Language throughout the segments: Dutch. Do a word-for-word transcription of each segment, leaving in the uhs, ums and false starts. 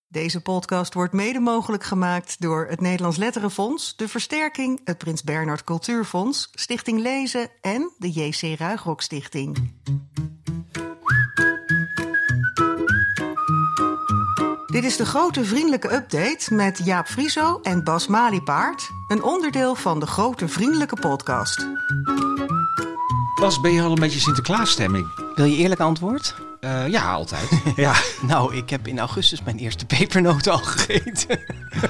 Deze podcast wordt mede mogelijk gemaakt door het Nederlands Letterenfonds, de Versterking, het Prins Bernhard Cultuurfonds, Stichting Lezen en de J C Ruigrok Stichting. Dit is de grote vriendelijke update met Jaap Frieso en Bas Maliepaard, een onderdeel van de grote vriendelijke podcast. Bas, ben je al een beetje Sinterklaasstemming? Wil je eerlijk antwoord? Uh, ja, altijd. ja. Nou, ik heb in augustus mijn eerste pepernoten al gegeten.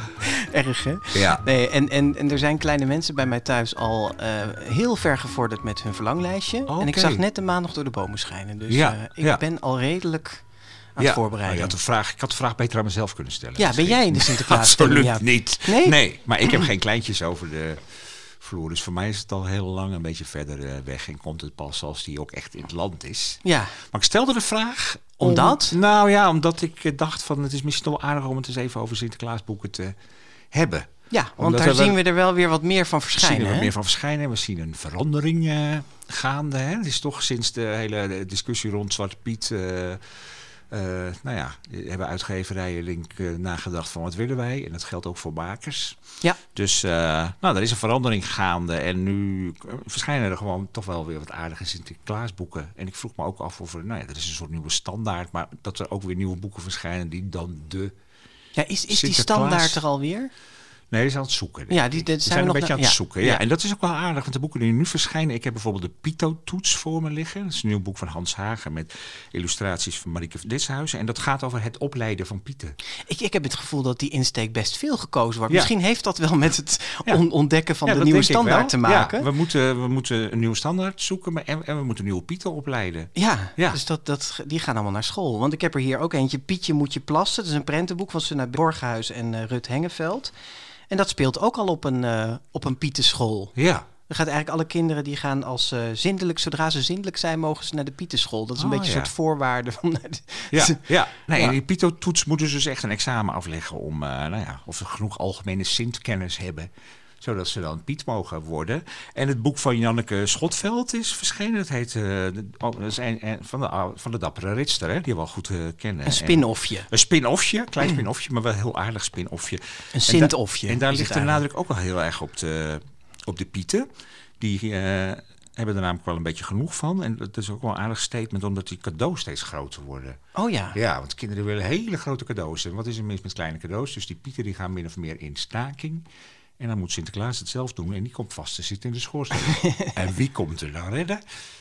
Erg, hè? Ja. Nee, en, en, en er zijn kleine mensen bij mij thuis al uh, heel ver gevorderd met hun verlanglijstje. Okay. En ik zag net de maan nog door de bomen schijnen. Dus ja, uh, ik ja. ben al redelijk aan ja. het voorbereiden. Oh, je had de vraag, ik had de vraag beter aan mezelf kunnen stellen. Ja, ben jij in de Sinterklaas? Absoluut ja. niet. Nee? Nee, maar ik heb geen kleintjes over de vloer. Dus voor mij is het al heel lang een beetje verder uh, weg. En komt het pas als die ook echt in het land is. Ja. Maar ik stelde de vraag Om, omdat? Nou ja, omdat ik dacht van het is misschien wel aardig om het eens even over Sinterklaasboeken te hebben. Ja, want omdat daar we, zien we er wel weer wat meer van verschijnen. We zien er hè? meer van verschijnen. We zien een verandering uh, gaande. Hè? Het is toch sinds de hele discussie rond Zwarte Piet. Uh, uh, nou ja, hebben uitgeverijen Link uh, nagedacht van wat willen wij. En dat geldt ook voor makers. Ja. Dus uh, nou, er is een verandering gaande. En nu verschijnen er gewoon toch wel weer wat aardige Sinterklaasboeken. En ik vroeg me ook af of er, nou ja, er is een soort nieuwe standaard. Maar dat er ook weer nieuwe boeken verschijnen die dan de Ja, is, is die standaard er alweer? Nee, die is aan het zoeken. Ja, die, die zijn, zijn we een nog beetje aan ja. het zoeken. Ja. ja, en dat is ook wel aardig, want de boeken die nu verschijnen. Ik heb bijvoorbeeld de Pito-toets voor me liggen. Dat is een nieuw boek van Hans Hagen met illustraties van Marieke Ditshuizen. En dat gaat over het opleiden van pieten. Ik, ik heb het gevoel dat die insteek best veel gekozen wordt. Ja. Misschien heeft dat wel met het ja. on- ontdekken van ja, de nieuwe standaard te maken. Ja, we moeten, we moeten een nieuwe standaard zoeken maar en, en we moeten nieuwe pieten opleiden. Ja, ja. dus dat, dat, die gaan allemaal naar school. Want ik heb er hier ook eentje, Pietje moet je plassen. Dat is een prentenboek van Sunna Borghuis en uh, Rut Hengeveld. En dat speelt ook al op een, uh, op een pietenschool. Ja. Er gaat eigenlijk alle kinderen die gaan als uh, zindelijk, zodra ze zindelijk zijn, mogen ze naar de pietenschool. Dat is een oh, beetje ja. een soort voorwaarde van. De, ja, ja. Nee, ja. die Pito-toets moeten ze dus echt een examen afleggen om, uh, nou ja, of ze genoeg algemene Sint-kennis hebben, zodat ze dan Piet mogen worden. En het boek van Janneke Schotveld is verschenen. Dat heet uh, de, oh, dat is een, een, van, de, van de Dappere Ridster, hè, die we wel goed uh, kennen. Een spin-offje. En, een spin-offje, klein spin-offje, maar wel een heel aardig spin-offje. Een Sint-offje. En, da- en daar ligt de nadruk ook wel heel erg op de, op de Pieten. Die uh, hebben er namelijk wel een beetje genoeg van. En dat is ook wel een aardig statement, omdat die cadeaus steeds groter worden. Oh ja. Ja, want kinderen willen hele grote cadeaus. En wat is er mis met kleine cadeaus? Dus die Pieten die gaan min of meer in staking. En dan moet Sinterklaas het zelf doen. En die komt vast te zitten in de schoorsteen. En wie komt er dan redden?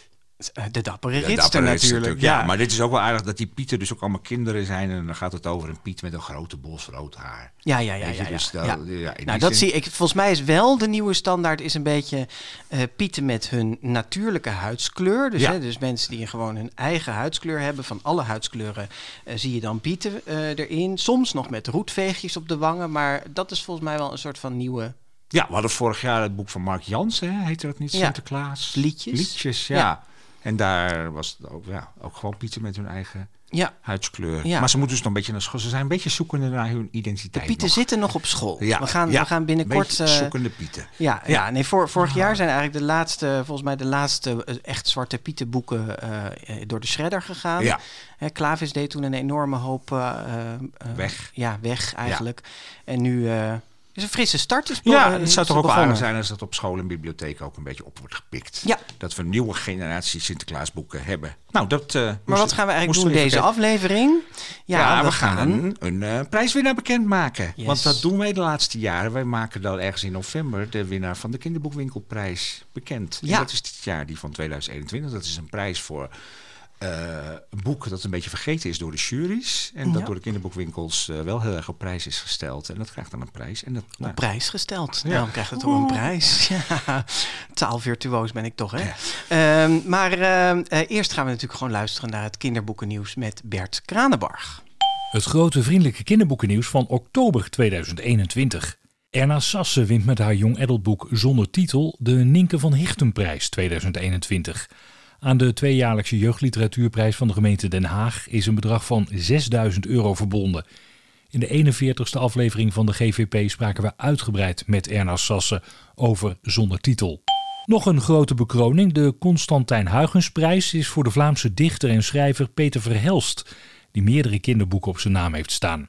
De Dappere de Ridster dappere natuurlijk. natuurlijk. Ja. Ja, maar dit is ook wel aardig dat die Pieten dus ook allemaal kinderen zijn. En dan gaat het over een Piet met een grote bos rood haar. Ja, ja, ja. Weet je, ja, dus ja. dat, ja. ja, nou, dat zin... zie ik. Volgens mij is wel de nieuwe standaard is een beetje uh, Pieten met hun natuurlijke huidskleur. Dus, ja. hè, dus mensen die gewoon hun eigen huidskleur hebben. Van alle huidskleuren uh, zie je dan Pieten uh, erin. Soms nog met roetveegjes op de wangen. Maar dat is volgens mij wel een soort van nieuwe. Ja, we hadden vorig jaar het boek van Mark Jansen, heette dat niet? Ja. Sinterklaas? Liedjes. Liedjes, ja. ja. En daar was het ook, ja, ook gewoon Pieten met hun eigen ja. huidskleur. Ja. Maar ze moeten dus nog een beetje naar school. Ze zijn een beetje zoekende naar hun identiteit. De Pieten nog. zitten nog op school. Ja. We, gaan, ja. we gaan binnenkort. Uh, zoekende Pieten. Ja, ja. ja nee, voor, vorig ja. jaar zijn eigenlijk de laatste, volgens mij de laatste uh, echt Zwarte Pieten boeken uh, door de shredder gegaan. Ja. Hè, Klavis deed toen een enorme hoop uh, uh, weg. Ja, weg eigenlijk. Ja. En nu. Uh, is een frisse start. Is ja, het zou toch ook begonnen. aardig zijn als dat op school en bibliotheek ook een beetje op wordt gepikt. Ja. Dat we een nieuwe generatie Sinterklaasboeken hebben. Nou, dat. Uh, maar moest, wat gaan we eigenlijk doen deze kijken. aflevering? Ja, ja we, we gaan, gaan een, een uh, prijswinnaar bekendmaken. Yes. Want dat doen wij de laatste jaren. Wij maken dan ergens in november de winnaar van de Kinderboekwinkelprijs bekend. Ja. En dat is dit jaar die van tweeduizend eenentwintig. Dat is een prijs voor Uh, een boek dat een beetje vergeten is door de juries. En dat ja. door de kinderboekwinkels uh, wel heel erg op prijs is gesteld. En dat krijgt dan een prijs. En dat, nou, op prijs gesteld? Ja. Daarom krijgt het toch een prijs. Ja, taalvirtuoos ben ik toch, hè? Ja. Uh, maar uh, uh, eerst gaan we natuurlijk gewoon luisteren naar het kinderboekennieuws met Bert Kranenbarg. Het grote vriendelijke kinderboekennieuws van oktober tweeduizend eenentwintig. Erna Sassen wint met haar young adult boek zonder titel de Nienke van Hichtenprijs tweeduizend eenentwintig. Aan de tweejaarlijkse jeugdliteratuurprijs van de gemeente Den Haag is een bedrag van zesduizend euro verbonden. In de eenenveertigste aflevering van de G V P spraken we uitgebreid met Erna Sassen over Zonder Titel. Nog een grote bekroning, de Constantijn Huygensprijs, is voor de Vlaamse dichter en schrijver Peter Verhelst, die meerdere kinderboeken op zijn naam heeft staan.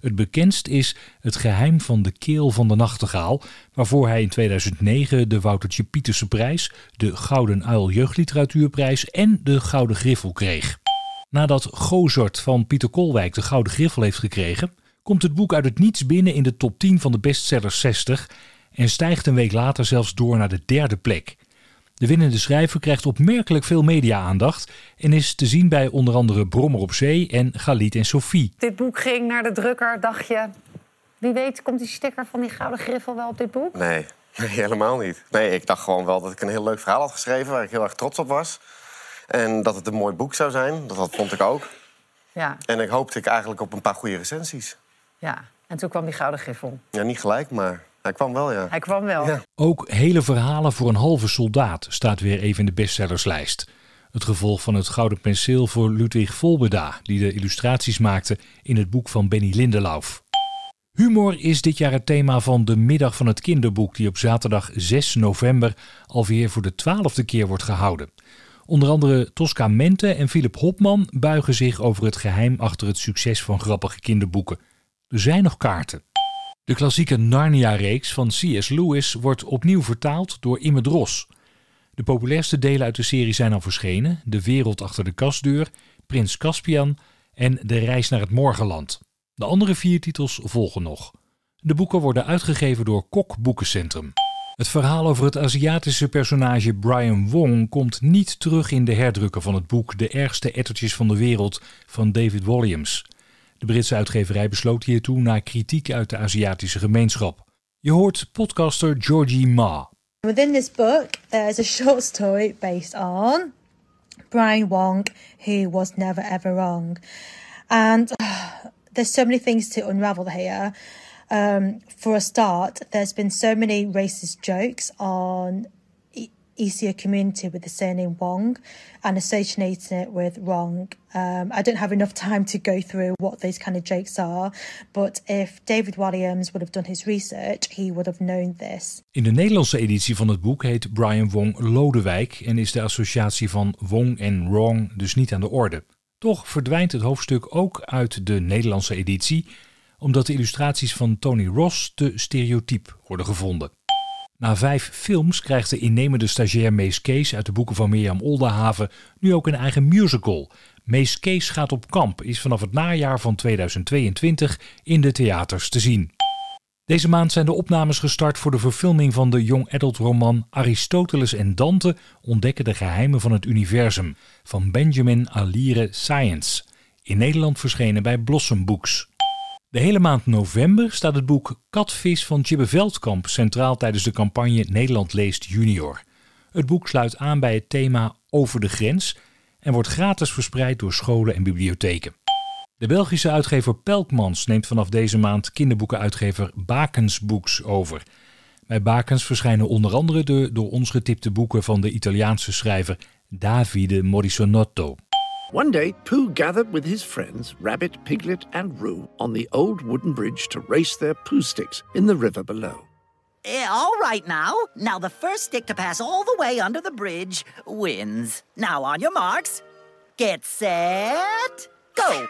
Het bekendst is Het geheim van de keel van de nachtegaal, waarvoor hij in tweeduizend negen de Woutertje Pieterse prijs, de Gouden Uil Jeugdliteratuurprijs en de Gouden Griffel kreeg. Nadat Gozert van Pieter Kolwijk de Gouden Griffel heeft gekregen, komt het boek uit het niets binnen in de top tien van de bestsellers zestig en stijgt een week later zelfs door naar de derde plek. De winnende schrijver krijgt opmerkelijk veel media-aandacht en is te zien bij onder andere Brommer op Zee en Galit en Sophie. Dit boek ging naar de drukker, dacht je, wie weet komt die sticker van die Gouden Griffel wel op dit boek? Nee, nee, helemaal niet. Nee, ik dacht gewoon wel dat ik een heel leuk verhaal had geschreven waar ik heel erg trots op was. En dat het een mooi boek zou zijn, dat vond ik ook. Ja. En ik hoopte ik eigenlijk op een paar goede recensies. Ja, en toen kwam die Gouden Griffel. Ja, niet gelijk, maar hij kwam wel, ja. Hij kwam wel. Ja. Ook Hele verhalen voor een halve soldaat staat weer even in de bestsellerslijst. Het gevolg van het Gouden Penseel voor Ludwig Volbeda, die de illustraties maakte in het boek van Benny Lindelauf. Humor is dit jaar het thema van de Middag van het Kinderboek, die op zaterdag zes november alweer voor de twaalfde keer wordt gehouden. Onder andere Tosca Mente en Philip Hopman buigen zich over het geheim achter het succes van grappige kinderboeken. Er zijn nog kaarten. De klassieke Narnia-reeks van C S Lewis wordt opnieuw vertaald door Imme Dros. De populairste delen uit de serie zijn al verschenen: De wereld achter de kastdeur, Prins Caspian en De reis naar het morgenland. De andere vier titels volgen nog. De boeken worden uitgegeven door Kok Boekencentrum. Het verhaal over het Aziatische personage Brian Wong komt niet terug in de herdrukken van het boek De ergste ettertjes van de wereld van David Walliams. De Britse uitgeverij besloot hiertoe na kritiek uit de Aziatische gemeenschap. Je hoort podcaster Georgie Ma. Within this book, there's a short story based on Brian Wong, who was never ever wrong. And uh, there's so many things to unravel here. Um, for a start, there's been so many racist jokes on e- Asia community with the surname Wong and associating it with wrong. Um, I don't have enough time to go through what those kind of jokes are, but if David Walliams would have done his research, he would have known this. In de Nederlandse editie van het boek heet Brian Wong Lodewijk en is de associatie van Wong en wrong dus niet aan de orde. Toch verdwijnt het hoofdstuk ook uit de Nederlandse editie, omdat de illustraties van Tony Ross te stereotyp worden gevonden. Na vijf films krijgt de innemende stagiair Mees Kees uit de boeken van Mirjam Oldenhaven nu ook een eigen musical. Mees Kees gaat op kamp is vanaf het najaar van tweeduizend tweeëntwintig in de theaters te zien. Deze maand zijn de opnames gestart voor de verfilming van de young adult roman Aristoteles en Dante ontdekken de geheimen van het universum van Benjamin Alire Science. In Nederland verschenen bij Blossom Books. De hele maand november staat het boek Katvis van Tjibbe Veldkamp centraal tijdens de campagne Nederland leest junior. Het boek sluit aan bij het thema Over de grens en wordt gratis verspreid door scholen en bibliotheken. De Belgische uitgever Pelkmans neemt vanaf deze maand kinderboekenuitgever Bakens Books over. Bij Bakens verschijnen onder andere de door ons getipte boeken van de Italiaanse schrijver Davide Morisonotto. One day, Pooh gathered with his friends, Rabbit, Piglet and Roo, on the old wooden bridge to race their Pooh sticks in the river below. Uh, all right now. Now the first stick to pass all the way under the bridge wins. Now on your marks. Get set, go!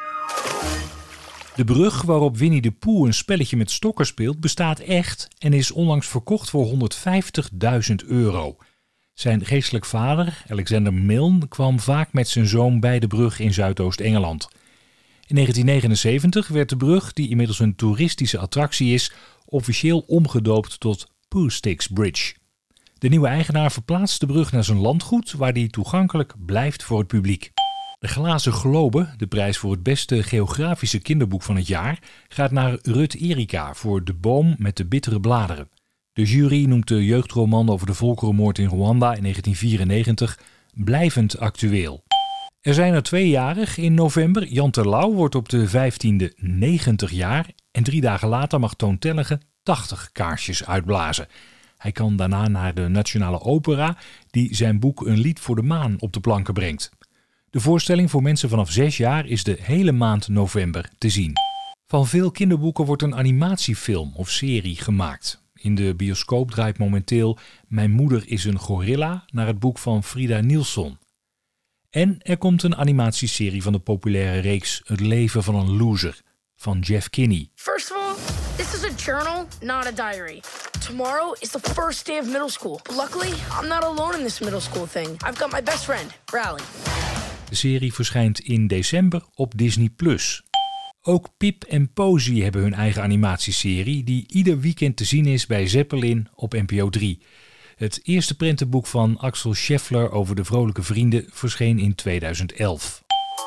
De brug waarop Winnie de Pooh een spelletje met stokken speelt bestaat echt en is onlangs verkocht voor honderdvijftigduizend euro. Zijn geestelijk vader, Alexander Milne, kwam vaak met zijn zoon bij de brug in Zuidoost-Engeland. In negentien negenenzeventig werd de brug, die inmiddels een toeristische attractie is, officieel omgedoopt tot Pooh Sticks Bridge. De nieuwe eigenaar verplaatst de brug naar zijn landgoed, waar die toegankelijk blijft voor het publiek. De Glazen Globe, de prijs voor het beste geografische kinderboek van het jaar, gaat naar Rut Erika voor De boom met de bittere bladeren. De jury noemt de jeugdroman over de volkerenmoord in Rwanda in negentien vierennegentig blijvend actueel. Er zijn er tweejarig in november. Jan Terlouw wordt op de vijftiende negentig jaar en drie dagen later mag Toon Tellegen tachtig kaarsjes uitblazen. Hij kan daarna naar de Nationale Opera, die zijn boek Een lied voor de maan op de planken brengt. De voorstelling voor mensen vanaf zes jaar is de hele maand november te zien. Van veel kinderboeken wordt een animatiefilm of serie gemaakt. In de bioscoop draait momenteel Mijn moeder is een gorilla naar het boek van Frida Nilsson. En er komt een animatieserie van de populaire reeks Het leven van een loser. van Jeff Kinney. First of all, this is a journal, not a diary. Tomorrow is the first day of middle school. But luckily, I'm not alone in this middle school thing. I've got my best friend, Rally. De serie verschijnt in december op Disney plus. Ook Pip en Posy hebben hun eigen animatieserie die ieder weekend te zien is bij Zeppelin op N P O drie. Het eerste prentenboek van Axel Scheffler over de vrolijke vrienden verscheen in tweeduizend elf.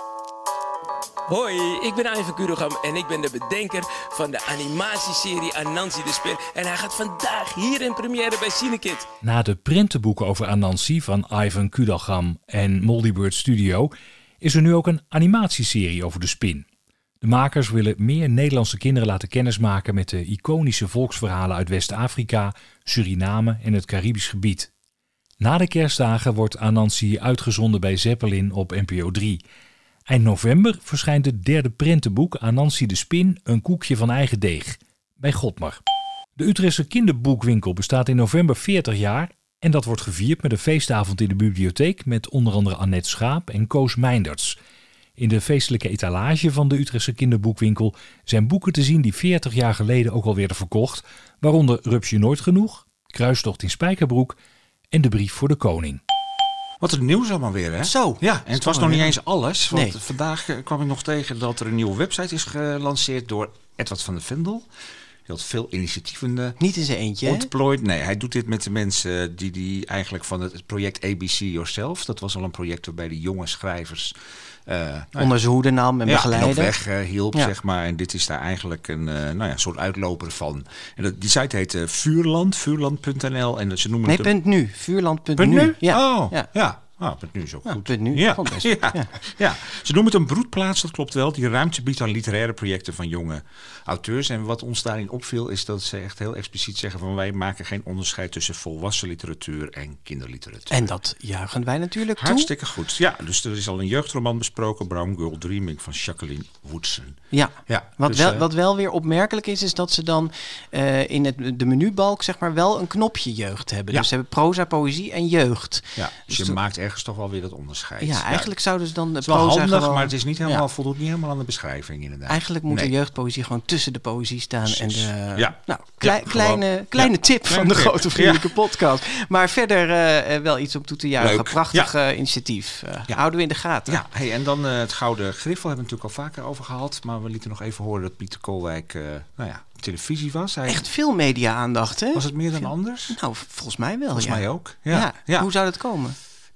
Hoi, ik ben Ivan Kudogam en ik ben de bedenker van de animatieserie Anansi de Spin. En hij gaat vandaag hier in première bij Cinekid. Na de prentenboeken over Anansi van Ivan Kudogam en Moldybird Studio is er nu ook een animatieserie over de spin. De makers willen meer Nederlandse kinderen laten kennismaken met de iconische volksverhalen uit West-Afrika, Suriname en het Caribisch gebied. Na de kerstdagen wordt Anansi uitgezonden bij Zeppelin op N P O drie. Eind november verschijnt het derde prentenboek Anansi de Spin, een koekje van eigen deeg, bij Godmar. De Utrechtse kinderboekwinkel bestaat in november veertig jaar en dat wordt gevierd met een feestavond in de bibliotheek met onder andere Annette Schaap en Koos Meinderts. In de feestelijke etalage van de Utrechtse kinderboekwinkel zijn boeken te zien die veertig jaar geleden ook al werden verkocht, waaronder Rupsje Nooit Genoeg, Kruistocht in Spijkerbroek en De Brief voor de Koning. Wat het nieuws allemaal weer, hè? Zo. Ja, en het was nog niet eens alles. Want Nee. vandaag eh, kwam ik nog tegen dat er een nieuwe website is gelanceerd door Edward van der Vendel. Hij had veel initiatieven Niet in zijn eentje, hè? ontplooid. Nee, hij doet dit met de mensen die, die eigenlijk van het project A B C Yourself. Dat was al een project waarbij de jonge schrijvers Uh, nou ja, onder zijn hoede nam en ja, begeleiden. En op weg uh, hielp, ja. zeg maar. En dit is daar eigenlijk een uh, nou ja, soort uitloper van. En dat, die site heet uh, Vuurland, vuurland punt n l. En ze noemen nee, het punt nu. Vuurland punt punt nu. nu? Ja. Oh, ja. ja. Ah, punt nu is ook ja, goed. Punt nu, ja. best. Ja. Ja. ja, ze noemen het een broedplaats, dat klopt wel. Die ruimte biedt aan literaire projecten van jonge auteurs. En wat ons daarin opviel is dat ze echt heel expliciet zeggen van wij maken geen onderscheid tussen volwassen literatuur en kinderliteratuur. En dat juichen wij natuurlijk toe. Hartstikke goed. Ja, dus er is al een jeugdroman besproken, Brown Girl Dreaming van Jacqueline Woodson. Ja, ja wat, dus, wel, uh, wat wel weer opmerkelijk is, is dat ze dan uh, in het, de menubalk zeg maar wel een knopje jeugd hebben. Ja. Dus ze hebben proza, poëzie en jeugd. Ja, dus, dus je toen, maakt ergens toch wel weer dat onderscheid. Ja, eigenlijk ja. zouden ze dan de het is wel proza handig, gewoon, maar het is niet helemaal, ja. voldoet niet helemaal aan de beschrijving inderdaad. Eigenlijk moet nee. de jeugdpoëzie gewoon tussen de poëzie staan. Precies. En de, ja. Nou, klei, ja, kleine, kleine ja. tip kleine van de tip. Grote Vriendelijke ja. podcast. Maar verder uh, wel iets om toe te juichen. Leuk. Prachtig ja. uh, initiatief. Uh, ja. Houden we in de gaten. Ja, hey, en dan uh, het Gouden Griffel hebben we natuurlijk al vaker over gehad. Maar we lieten nog even horen dat Pieter Koolwijk uh, nou ja, televisie was. Hij... Echt veel media-aandacht, hè? Was het meer dan veel... anders? Nou, volgens mij wel, Volgens ja. mij ook. Ja. Ja. Ja. Hoe zou dat komen?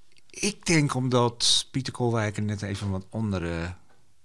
Ik denk omdat Pieter Koolwijk net even wat andere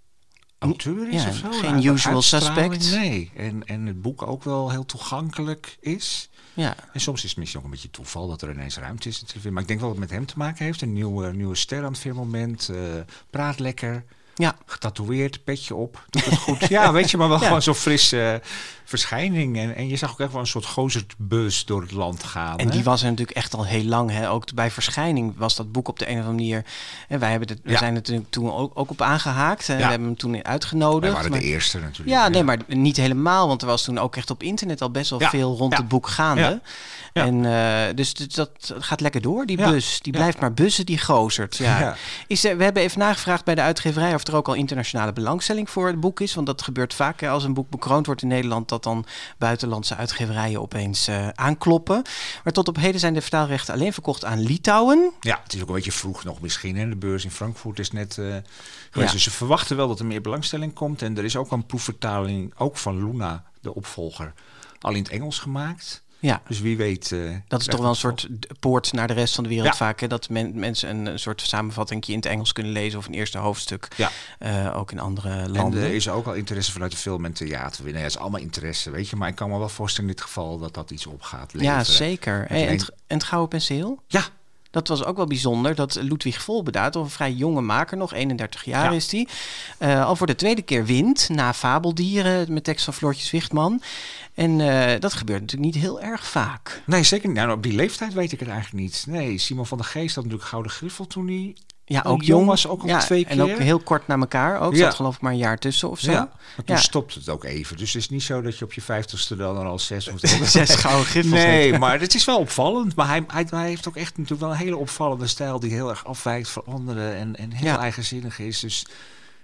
auteur is ja, of zo. Geen usual suspect. Nee, en, en het boek ook wel heel toegankelijk is. Ja. En soms is het misschien ook een beetje toeval dat er ineens ruimte is. Maar ik denk wel dat het met hem te maken heeft. Een nieuwe, nieuwe ster aan het firmament. Uh, praat lekker. Ja. Getatoeëerd, petje op. Doet het goed. Ja, weet je, maar wel ja. gewoon zo'n frisse uh, verschijning. En, en je zag ook echt wel een soort gozertbus door het land gaan. En hè? die was er natuurlijk echt al heel lang. Hè? Ook bij verschijning was dat boek op de een of andere manier. En wij hebben het, we ja. zijn er natuurlijk toen ook, ook op aangehaakt. Hè? Ja. We hebben hem toen uitgenodigd. Wij waren maar, de eerste natuurlijk. Ja, nee, maar niet helemaal. Want er was toen ook echt op internet al best wel ja. veel rond ja. het boek gaande. Ja. Ja. En uh, dus dat gaat lekker door, die ja. bus. Die ja. blijft maar bussen, die gozert. Ja. Ja. Is er, we hebben even nagevraagd bij de uitgeverij of er ook al internationale belangstelling voor het boek is. Want dat gebeurt vaak hè, als een boek bekroond wordt in Nederland, dat dan buitenlandse uitgeverijen opeens uh, aankloppen. Maar tot op heden zijn de vertaalrechten alleen verkocht aan Litouwen. Ja, het is ook een beetje vroeg nog misschien. Hè. De beurs in Frankfurt is net uh, geweest. Ja. Dus ze verwachten wel dat er meer belangstelling komt. En er is ook een proefvertaling, ook van Luna, de opvolger, al in het Engels gemaakt. Ja. Dus wie weet... Uh, dat is toch wel een soort poort naar de rest van de wereld ja. vaak. Hè? Dat men, mensen een, een soort samenvatting in het Engels kunnen lezen of een eerste hoofdstuk. Ja. Uh, ook in andere landen. En er is ook al interesse vanuit de film en theater. Nee, het is allemaal interesse, weet je. Maar ik kan me wel voorstellen in dit geval dat dat iets op gaat leveren. Ja, zeker. Hey, en, het, en het Gouden Penseel? Ja. Dat was ook wel bijzonder, dat Ludwig Volbedaat, of een vrij jonge maker nog, eenendertig jaar ja. is die, uh, al voor de tweede keer wint, na Fabeldieren, met tekst van Floortje Zwichtman. En uh, dat gebeurt natuurlijk niet heel erg vaak. Nee, zeker niet. Nou, op die leeftijd weet ik het eigenlijk niet. Nee, Simon van der Geest had natuurlijk Gouden Griffel toen hij... Ja, ook jong was, ook al ja, twee keer. En ook heel kort na elkaar. Ook ja. zat geloof ik maar een jaar tussen of zo. Ja, maar toen ja. stopte het ook even. Dus het is niet zo dat je op je vijftigste dan al zes moet hebben. Zes gouden griffels. Nee, heeft. maar het is wel opvallend. Maar hij, hij, hij heeft ook echt natuurlijk wel een hele opvallende stijl die heel erg afwijkt van anderen en, en heel ja. eigenzinnig is. Dus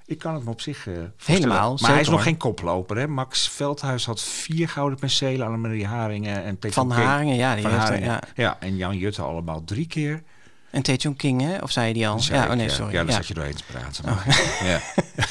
Ik kan het me op zich uh, Helemaal, maar zeker, hij is nog hoor. geen koploper. Hè? Max Veldhuis had vier gouden penselen. Annemarie Haringen en Peter Van King. Haringen, ja. Die Van heeft, Haringen. ja. ja. En Jan Jutte allemaal drie keer. En Tae-Jung King, hè? Of zei je die al? Ja, ja, oh nee, ik, sorry. Ja, daar ja. zat je doorheen te praten. Maar, oh. ja.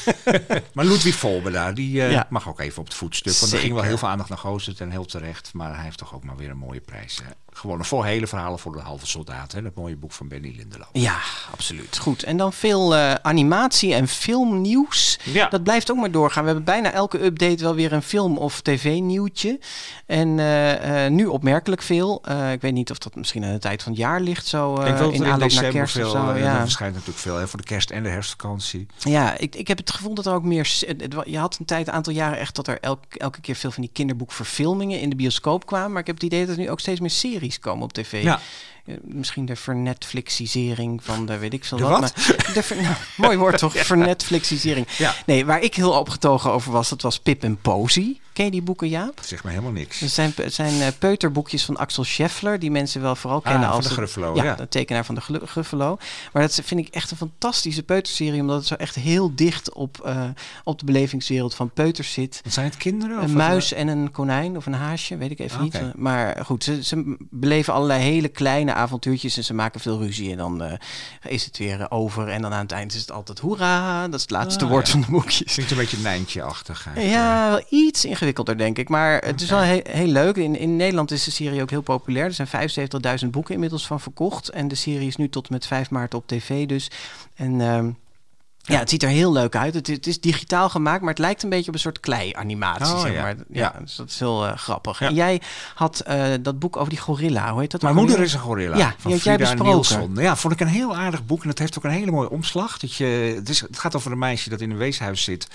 maar Ludwig Volberda, die uh, ja. mag ook even op het voetstuk. Want Zeker. er ging wel heel veel aandacht naar Gozert en heel terecht. Maar hij heeft toch ook maar weer een mooie prijs. Hè? Gewonnen voor hele verhalen voor de halve soldaat. Hè? Dat mooie boek van Benny Lindelof. Ja, absoluut. Goed. En dan veel uh, animatie en filmnieuws. Ja. Dat blijft ook maar doorgaan. We hebben bijna elke update wel weer een film- of tv-nieuwtje. En uh, uh, nu opmerkelijk veel. Uh, ik weet niet of dat misschien aan de tijd van het jaar ligt. Zo uh, ik wil in aanloop naar kerst veel, of zo. Uh, ja. Dat verschijnt natuurlijk veel hè, voor de kerst en de herfstvakantie. Ja, ik, ik heb het gevoel dat er ook meer... Je had een tijd, een aantal jaren echt dat er elke, elke keer veel van die kinderboekverfilmingen in de bioscoop kwamen. Maar ik heb het idee dat er nu ook steeds meer series komen op tv. Ja. Uh, misschien de vernetflixisering van de weet ik veel de wat. wat? Maar de ver, nou, mooi woord toch? Ja. Vernetflixisering. Ja. Nee, waar ik heel opgetogen over was, dat was Pip en Posy. Ken je die boeken, Jaap? Dat zegt me helemaal niks. Het zijn, het zijn uh, peuterboekjes van Axel Scheffler, die mensen wel vooral kennen ah, als van de Gruffalo. Ja, ja, de tekenaar van de Gruffalo. Maar dat vind ik echt een fantastische peuterserie, omdat het zo echt heel dicht op, uh, op de belevingswereld van peuters zit. Wat zijn het kinderen? Een of muis en een konijn of een haasje, weet ik even okay. niet. Maar goed, ze, ze beleven allerlei hele kleine avontuurtjes en ze maken veel ruzie. En dan uh, is het weer over en dan aan het eind is het altijd hoera. Dat is het laatste ah, woord ja. van de boekjes. Klinkt een beetje Nijntje-achtig. Ja, wel iets ingewikkelder denk ik. Maar het is okay. wel heel, heel leuk. In, in Nederland is de serie ook heel populair. Er zijn vijfenzeventigduizend boeken inmiddels van verkocht. En de serie is nu tot met vijf maart op tv dus. En um, ja, het ziet er heel leuk uit. Het, het is digitaal gemaakt, maar het lijkt een beetje op een soort klei-animatie. Oh, zeg ja. maar. Ja, ja. Dus dat is heel uh, grappig. Ja. En jij had uh, dat boek over die gorilla. Hoe heet dat? Mijn moeder is een gorilla. Ja, van die had jij Frida besproken. Nielsen. Ja, vond ik een heel aardig boek. En het heeft ook een hele mooie omslag. Dat je, het, is, het gaat over een meisje dat in een weeshuis zit.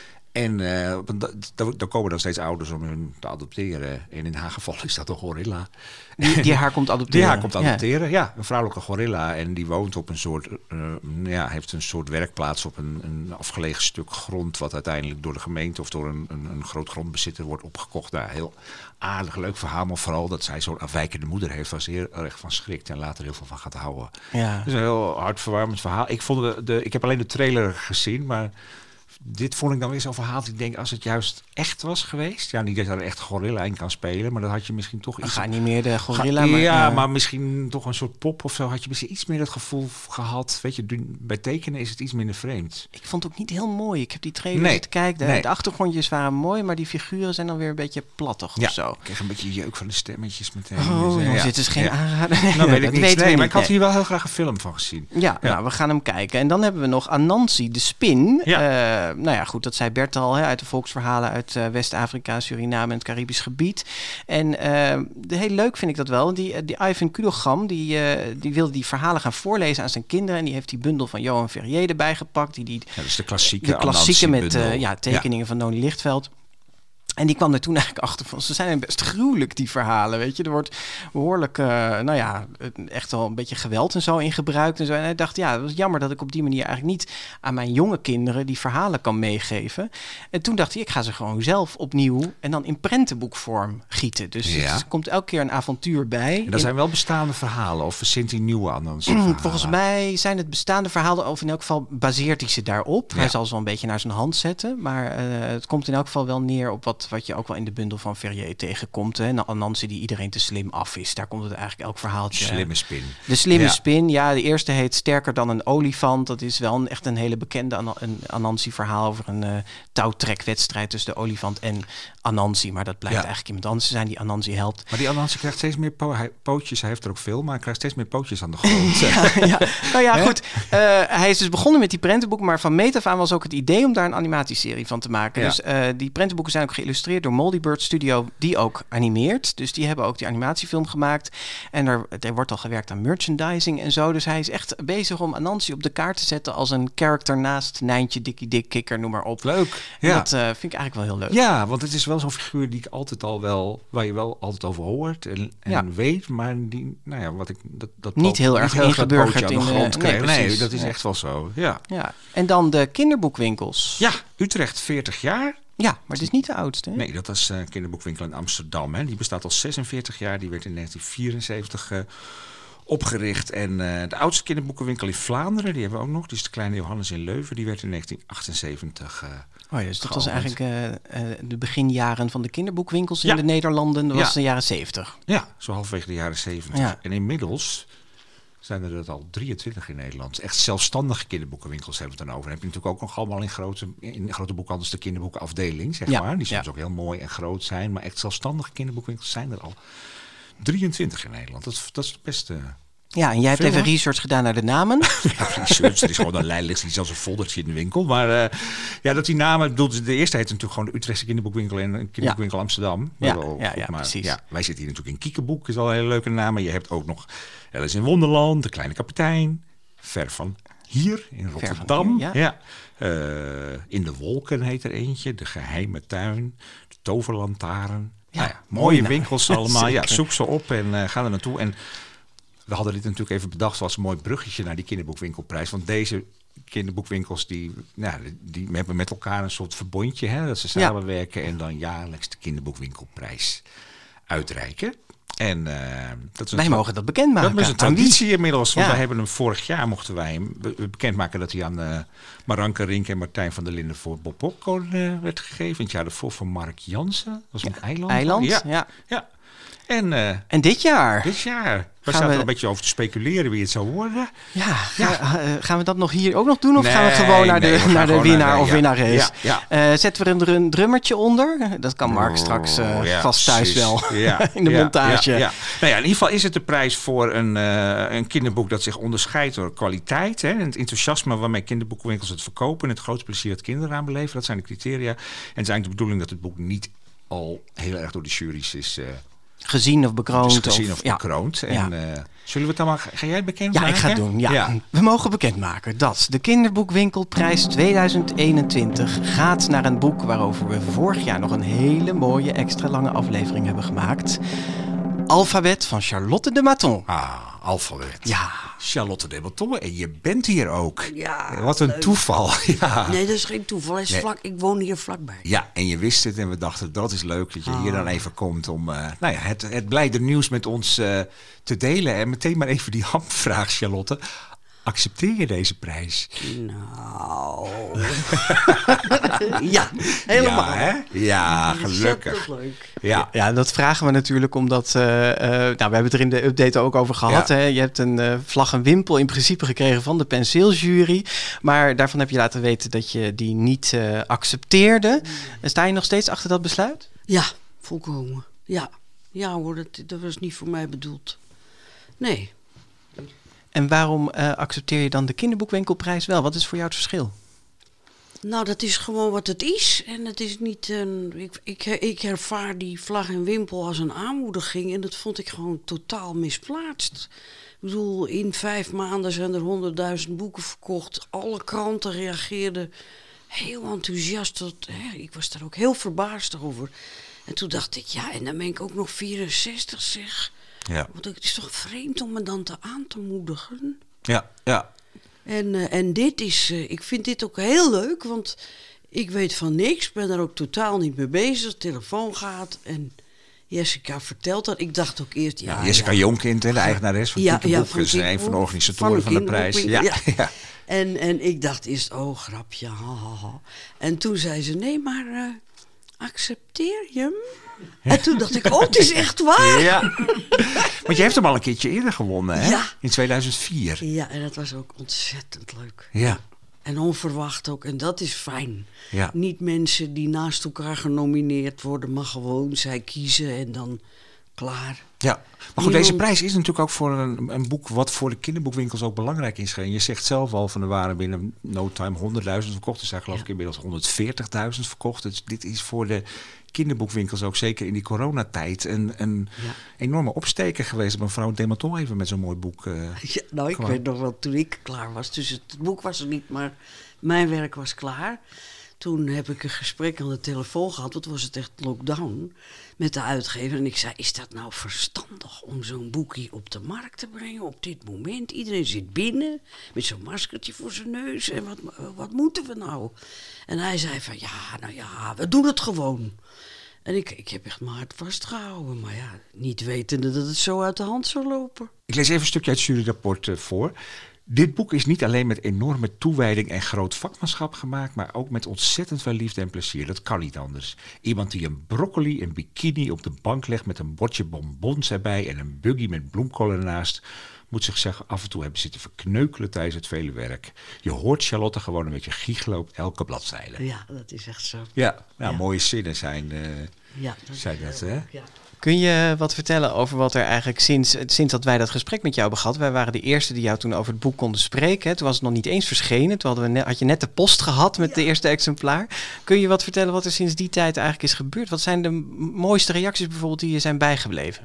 En uh, daar komen dan steeds ouders om hun te adopteren. En in haar geval is dat een gorilla. Die, die haar komt adopteren? Die haar komt adopteren, ja. ja. Een vrouwelijke gorilla. En die woont op een soort... Uh, ja, heeft een soort werkplaats op een, een afgelegen stuk grond... wat uiteindelijk door de gemeente of door een, een, een groot grondbezitter wordt opgekocht. Nou, heel aardig, leuk verhaal. Maar vooral dat zij zo'n afwijkende moeder heeft... waar ze heel erg van schrikt en later heel veel van gaat houden. Ja. Dus een heel hartverwarmend verhaal. Ik, vond de, de, ik heb alleen de trailer gezien, maar... Dit vond ik dan weer zo'n verhaal dat ik denk, als het juist echt was geweest... Ja, niet dat je er echt gorilla in kan spelen... maar dan had je misschien toch iets... Geanimeerde gorilla. Ga, maar, ja, uh... maar misschien toch een soort pop of zo... had je misschien iets meer dat gevoel gehad. Weet je, bij tekenen is het iets minder vreemd. Ik vond het ook niet heel mooi. Ik heb die trailer nee, zitten kijken. De, nee. de achtergrondjes waren mooi... maar die figuren zijn dan weer een beetje plattig ja, of zo. Ik kreeg een beetje jeuk van de stemmetjes meteen. Oh, dus, jongens, ja. dit is geen ja. aanrader. Nee, nou, weet ik dat niet. weten Nee, we maar niet. ik had nee. hier wel heel graag een film van gezien. Ja, ja, nou, we gaan hem kijken. En dan hebben we nog Anansi, de spin. Ja. Uh, nou ja, goed, dat zei Bert al, hè, uit de volksverhalen uit uh, West-Afrika, Suriname en het Caribisch gebied. En uh, heel leuk vind ik dat wel. Die, die Ivan Kudogam, die, uh, die wilde die verhalen gaan voorlezen aan zijn kinderen. En die heeft die bundel van Johan Ferrier erbij gepakt. Die, die, ja, dat is de klassieke de klassieke met uh, ja, tekeningen ja. van Noni Lichtveld. En die kwam er toen eigenlijk achter van, ze zijn best gruwelijk, die verhalen, weet je. Er wordt behoorlijk, uh, nou ja, echt wel een beetje geweld en zo in gebruikt en zo. En hij dacht, ja, het was jammer dat ik op die manier eigenlijk niet aan mijn jonge kinderen die verhalen kan meegeven. En toen dacht hij, ik ga ze gewoon zelf opnieuw en dan in prentenboekvorm gieten. Dus ja. er komt elke keer een avontuur bij. En dat in... zijn wel bestaande verhalen of verzint hij nieuwe Anansi verhalen? Volgens mij zijn het bestaande verhalen, of in elk geval baseert hij ze daarop. Ja. Hij zal ze wel een beetje naar zijn hand zetten, maar uh, het komt in elk geval wel neer op wat wat je ook wel in de bundel van Ferrier tegenkomt. Hè. Nou, Anansi die iedereen te slim af is. Daar komt het eigenlijk elk verhaaltje. Slimme spin. De slimme ja. spin, ja. De eerste heet Sterker dan een olifant. Dat is wel een, echt een hele bekende An- een Anansi verhaal over een uh, touwtrekwedstrijd tussen de olifant en Anansi. Maar dat blijkt ja. eigenlijk iemand anders te zijn die Anansi helpt. Maar die Anansi krijgt steeds meer po- hij, pootjes. Hij heeft er ook veel, maar hij krijgt steeds meer pootjes aan de grond. ja, ja. Nou ja, goed. Uh, hij is dus begonnen met die prentenboeken, maar van meet af aan was ook het idee om daar een animatieserie van te maken. Ja. Dus uh, die prentenboeken zijn ook geïllustreerd door Moldy Bird Studio, die ook animeert. Dus die hebben ook die animatiefilm gemaakt. En er, er wordt al gewerkt aan merchandising en zo. Dus hij is echt bezig om Anansi op de kaart te zetten als een character naast Nijntje, Dikkie Dik, Kikker, noem maar op. Leuk. En ja. dat uh, vind ik eigenlijk wel heel leuk. Ja, want het is wel zo'n figuur die ik altijd al wel, waar je wel altijd over hoort en, en ja. weet, maar die, nou ja, wat ik dat, dat niet heel erg ingeburgerd in de grond nee, nee, dat is ja. echt wel zo. Ja. ja. En dan de kinderboekwinkels. Ja, Utrecht veertig jaar. Ja, maar het is niet de oudste. Hè? Nee, dat is een uh, kinderboekwinkel in Amsterdam. Hè. Die bestaat al zesenveertig jaar. Die werd in negentien vierenzeventig uh, opgericht. En uh, de oudste kinderboekenwinkel in Vlaanderen, die hebben we ook nog. Die is de Kleine Johannes in Leuven. Die werd in negentien achtenzeventig uh, Oh ja, dus dat was eigenlijk uh, uh, de beginjaren van de kinderboekwinkels in ja. de Nederlanden. Dat was ja. de jaren zeventig. Ja, zo halfwege de jaren zeventig. Ja. En inmiddels zijn er al drieëntwintig in Nederland. Echt zelfstandige kinderboekenwinkels hebben we het dan over. Dan heb je natuurlijk ook nog allemaal in grote, in grote boekhandels de kinderboekenafdeling, zeg ja. maar. Die soms ja. ook heel mooi en groot zijn. Maar echt zelfstandige kinderboekwinkels zijn er al drieëntwintig in Nederland. Dat, dat is het beste. Ja, en jij hebt even research gedaan naar de namen. Ja, research. Er is gewoon een lijn, ligt zelfs een foldertje in de winkel. Maar uh, ja, dat die namen, bedoel, de eerste heet natuurlijk gewoon de Utrechtse kinderboekwinkel en kinderboekwinkel ja. Amsterdam. Ja, ook, ja, ja maar, precies. Ja, wij zitten hier natuurlijk in Kiekeboek, is al een hele leuke naam. Maar je hebt ook nog Alice in Wonderland, De Kleine Kapitein, Ver van Hier in Rotterdam. Hier, ja. Ja. Uh, in de Wolken heet er eentje, De Geheime Tuin, De Toverlantaarn. Ja, nou ja, mooie nou. winkels allemaal. Ja, zoek ze op en uh, ga er naartoe. En we hadden dit natuurlijk even bedacht als een mooi bruggetje naar die kinderboekwinkelprijs. Want deze kinderboekwinkels die, nou, die hebben met elkaar een soort verbondje. Hè, dat ze samenwerken ja. en dan jaarlijks de kinderboekwinkelprijs uitreiken. En, uh, dat is wij mogen dat bekendmaken. Dat is een traditie inmiddels. Want ja. wij hebben hem vorig jaar mochten wij hem be- bekendmaken dat hij aan uh, Maranke Rink en Martijn van der Linden voor Bob Popcorn uh, werd gegeven. Het jaar daarvoor voor Mark Jansen. Dat was ja. een eiland. Eiland, ja. ja. ja. En, uh, en dit jaar? Dit jaar. We zaten we... er een beetje over te speculeren wie het zou worden. Ja, ja. Ga, uh, gaan we dat nog hier ook nog doen? Of nee, gaan we gewoon naar nee, de, naar de winnaar naar de, of ja. winnares? Ja, ja. Uh, zetten we er een, een drummertje onder? Dat kan Mark oh, straks uh, ja, vast thuis precies. wel ja, in de ja, montage. Ja, ja. Nou ja, in ieder geval is het de prijs voor een, uh, een kinderboek dat zich onderscheidt door kwaliteit. Hè, en het enthousiasme waarmee kinderboekwinkels het verkopen. En het grote plezier dat kinderen aan beleven. Dat zijn de criteria. En het is eigenlijk de bedoeling dat het boek niet al heel erg door de jury's is Uh, gezien of bekroond. Dus gezien of, of bekroond. Ja. En, ja. uh, zullen we het dan maar... Ga jij het bekendmaken? Ja, ik ga het doen. Ja. Ja. We mogen bekendmaken dat de Kinderboekwinkelprijs tweeduizend eenentwintig gaat naar een boek waarover we vorig jaar nog een hele mooie extra lange aflevering hebben gemaakt. Alfabet van Charlotte de Motton. Ah, Alfabet. Ja. Charlotte de Motton. En je bent hier ook. Ja. Wat een leuk. toeval. Ja. Nee, dat is geen toeval. Is nee. vlak, ik woon hier vlakbij. Ja, en je wist het en we dachten dat is leuk dat je ah. hier dan even komt om uh, nou ja, het, het blijde nieuws met ons uh, te delen. En meteen maar even die hamvraag, Charlotte. Accepteer je deze prijs? Nou... ja, helemaal. Ja, hè? Ja, gelukkig. Leuk. Ja. ja, dat vragen we natuurlijk omdat... Uh, uh, nou, we hebben het er in de update ook over gehad. Ja. Hè? Je hebt een uh, vlag en wimpel in principe gekregen van de penseeljury. Maar daarvan heb je laten weten dat je die niet uh, accepteerde. Mm. Sta je nog steeds achter dat besluit? Ja, volkomen. Ja, ja hoor, dat, dat was niet voor mij bedoeld. Nee. En waarom uh, accepteer je dan de kinderboekwinkelprijs wel? Wat is voor jou het verschil? Nou, dat is gewoon wat het is. En het is niet een... Ik, ik, ik ervaar die vlag en wimpel als een aanmoediging. En dat vond ik gewoon totaal misplaatst. Ik bedoel, in vijf maanden zijn er honderdduizend boeken verkocht. Alle kranten reageerden heel enthousiast. Tot, hè, ik was daar ook heel verbaasd over. En toen dacht ik, ja, en dan ben ik ook nog vierenzestig, zeg... Ja. Want het is toch vreemd om me dan te aan te moedigen. Ja, ja. En, uh, en dit is, uh, ik vind dit ook heel leuk, want ik weet van niks, ben er ook totaal niet mee bezig. De telefoon gaat en Jessica vertelt dat. Ik dacht ook eerst, ja. ja Jessica ja. Jonkind, de eigenares van ja, Kiekeboek, ja, is een van de organisatoren van, van de prijs. Ja. Ja. Ja. En, en ik dacht eerst, oh grapje, ha, ha, ha. En toen zei ze, nee, maar uh, accepteer je hem? En toen dacht ik, oh, het is echt waar. Ja. Want je hebt hem al een keertje eerder gewonnen, hè? Ja. In tweeduizend vier. Ja, en dat was ook ontzettend leuk. Ja. En onverwacht ook. En dat is fijn. Ja. Niet mensen die naast elkaar genomineerd worden, maar gewoon zij kiezen en dan klaar. Ja, maar goed, deze prijs is natuurlijk ook voor een, een boek wat voor de kinderboekwinkels ook belangrijk is. Je zegt zelf al van er waren binnen no time honderdduizend verkocht. Er zijn geloof ik ja. inmiddels honderdveertigduizend verkocht. Dus dit is voor de kinderboekwinkels ook zeker in die coronatijd een, een ja. enorme opsteker geweest. Mevrouw de Motton even met zo'n mooi boek. Uh, ja, nou, ik gewoon. weet nog wel toen ik klaar was. Dus het, het boek was er niet, maar mijn werk was klaar. Toen heb ik een gesprek aan de telefoon gehad, want was het echt lockdown, met de uitgever. En ik zei, is dat nou verstandig om zo'n boekje op de markt te brengen op dit moment? Iedereen zit binnen met zo'n maskertje voor zijn neus. En wat, wat moeten we nou? En hij zei van, ja, nou ja, we doen het gewoon. En ik, ik heb echt mijn hart vastgehouden. Maar ja, niet wetende dat het zo uit de hand zou lopen. Ik lees even een stukje uit het juryrapport uh, voor. Dit boek is niet alleen met enorme toewijding en groot vakmanschap gemaakt, maar ook met ontzettend veel liefde en plezier. Dat kan niet anders. Iemand die een broccoli en bikini op de bank legt met een bordje bonbons erbij en een buggy met bloemkool ernaast, moet zich zeggen af en toe hebben zitten verkneukelen tijdens het vele werk. Je hoort Charlotte gewoon een beetje giechelen op elke bladzijde. Ja, dat is echt zo. Ja, nou, ja. Mooie zinnen zijn, uh, ja, dat zijn dat, hè? Ja. Kun je wat vertellen over wat er eigenlijk sinds, sinds dat wij dat gesprek met jou hebben gehad? Wij waren de eerste die jou toen over het boek konden spreken. Hè? Toen was het nog niet eens verschenen. Toen hadden we net, had je net de post gehad met ja. de eerste exemplaar. Kun je wat vertellen wat er sinds die tijd eigenlijk is gebeurd? Wat zijn de mooiste reacties bijvoorbeeld die je zijn bijgebleven?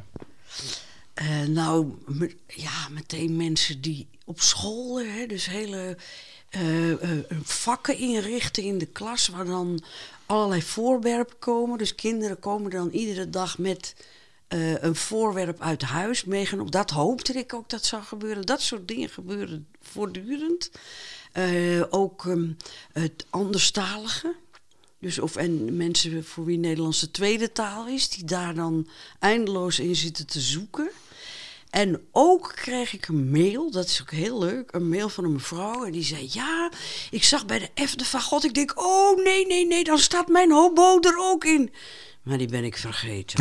Uh, nou, me, ja, meteen mensen die op school, hè, dus hele uh, uh, vakken inrichten in de klas, waar dan allerlei voorwerpen komen. Dus kinderen komen dan iedere dag met uh, een voorwerp uit huis meegenomen. Dat hoopte ik ook dat zou gebeuren. Dat soort dingen gebeuren voortdurend. Uh, ook um, het anderstalige. Dus of en mensen voor wie Nederlands de tweede taal is, die daar dan eindeloos in zitten te zoeken. En ook kreeg ik een mail, dat is ook heel leuk, een mail van een mevrouw. En die zei, ja, ik zag bij de F de Fagot. Ik denk, oh nee, nee, nee, dan staat mijn hobo er ook in. Maar die ben ik vergeten.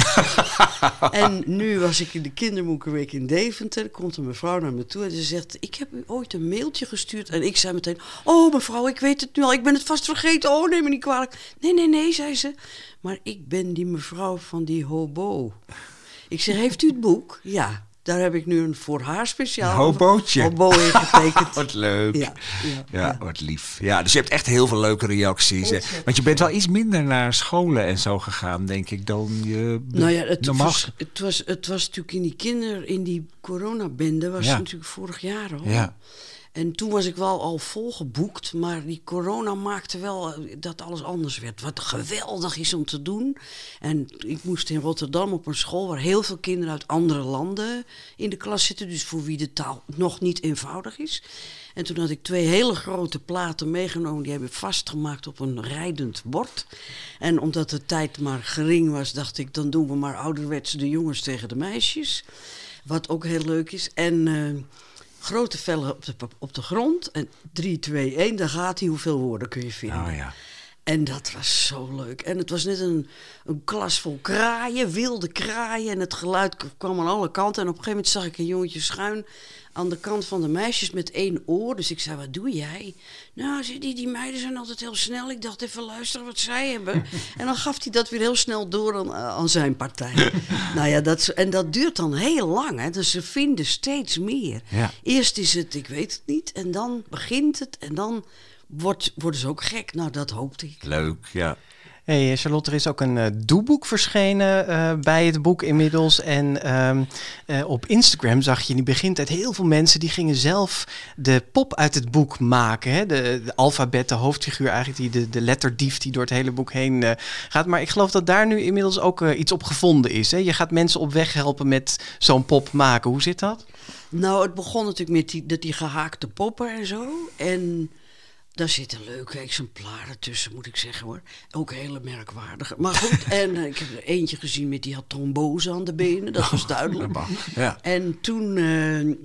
En nu was ik in de kinderboekenweek in Deventer. Er komt een mevrouw naar me toe en ze zegt, ik heb u ooit een mailtje gestuurd. En ik zei meteen, oh mevrouw, ik weet het nu al. Ik ben het vast vergeten. Oh, neem me niet kwalijk. Nee, nee, nee, zei ze. Maar ik ben die mevrouw van die hobo. Ik zeg, heeft u het boek? Ja. Daar heb ik nu een voor haar speciaal een hobootje. hobo in getekend. Wat leuk. Ja, ja, ja, ja, wat lief. Ja, dus je hebt echt heel veel leuke reacties. Hè? Want je bent wel iets minder naar scholen en zo gegaan, denk ik, dan je nou ja, het normaal. Was, het, was, het was natuurlijk in die kinder, in die coronabende, was ja. het natuurlijk vorig jaar al. Ja. En toen was ik wel al volgeboekt, maar die corona maakte wel dat alles anders werd. Wat geweldig is om te doen. En ik moest in Rotterdam op een school waar heel veel kinderen uit andere landen in de klas zitten. Dus voor wie de taal nog niet eenvoudig is. En toen had ik twee hele grote platen meegenomen. Die heb ik vastgemaakt op een rijdend bord. En omdat de tijd maar gering was, dacht ik, dan doen we maar ouderwets de jongens tegen de meisjes. Wat ook heel leuk is. En Uh, grote vellen op de, op de grond. En drie, twee, één, daar gaat hij. Hoeveel woorden kun je vinden? Oh, ja. En dat was zo leuk. En het was net een, een klas vol kraaien, wilde kraaien. En het geluid kwam aan alle kanten. En op een gegeven moment zag ik een jongetje schuin aan de kant van de meisjes met één oor. Dus ik zei, wat doe jij? Nou, die, die meiden zijn altijd heel snel. Ik dacht, even luisteren wat zij hebben. En dan gaf hij dat weer heel snel door aan, aan zijn partij. Nou ja, dat, en dat duurt dan heel lang. Hè? Dus ze vinden steeds meer. Ja. Eerst is het, ik weet het niet. En dan begint het. En dan wordt, worden ze ook gek. Nou, dat hoopte ik. Leuk, ja. Hey Charlotte, er is ook een uh, doeboek verschenen uh, bij het boek inmiddels. En um, uh, op Instagram zag je in het begin tijd heel veel mensen die gingen zelf de pop uit het boek maken. Hè? De, de alfabet, de hoofdfiguur eigenlijk, die, de, de letterdief die door het hele boek heen uh, gaat. Maar ik geloof dat daar nu inmiddels ook uh, iets op gevonden is. Hè? Je gaat mensen op weg helpen met zo'n pop maken. Hoe zit dat? Nou, het begon natuurlijk met die, dat die gehaakte poppen en zo. En daar zitten leuke exemplaren tussen, moet ik zeggen hoor. Ook hele merkwaardige. Maar goed, en uh, ik heb er eentje gezien met die had trombose aan de benen. Dat was duidelijk. Ja. En toen uh, uh,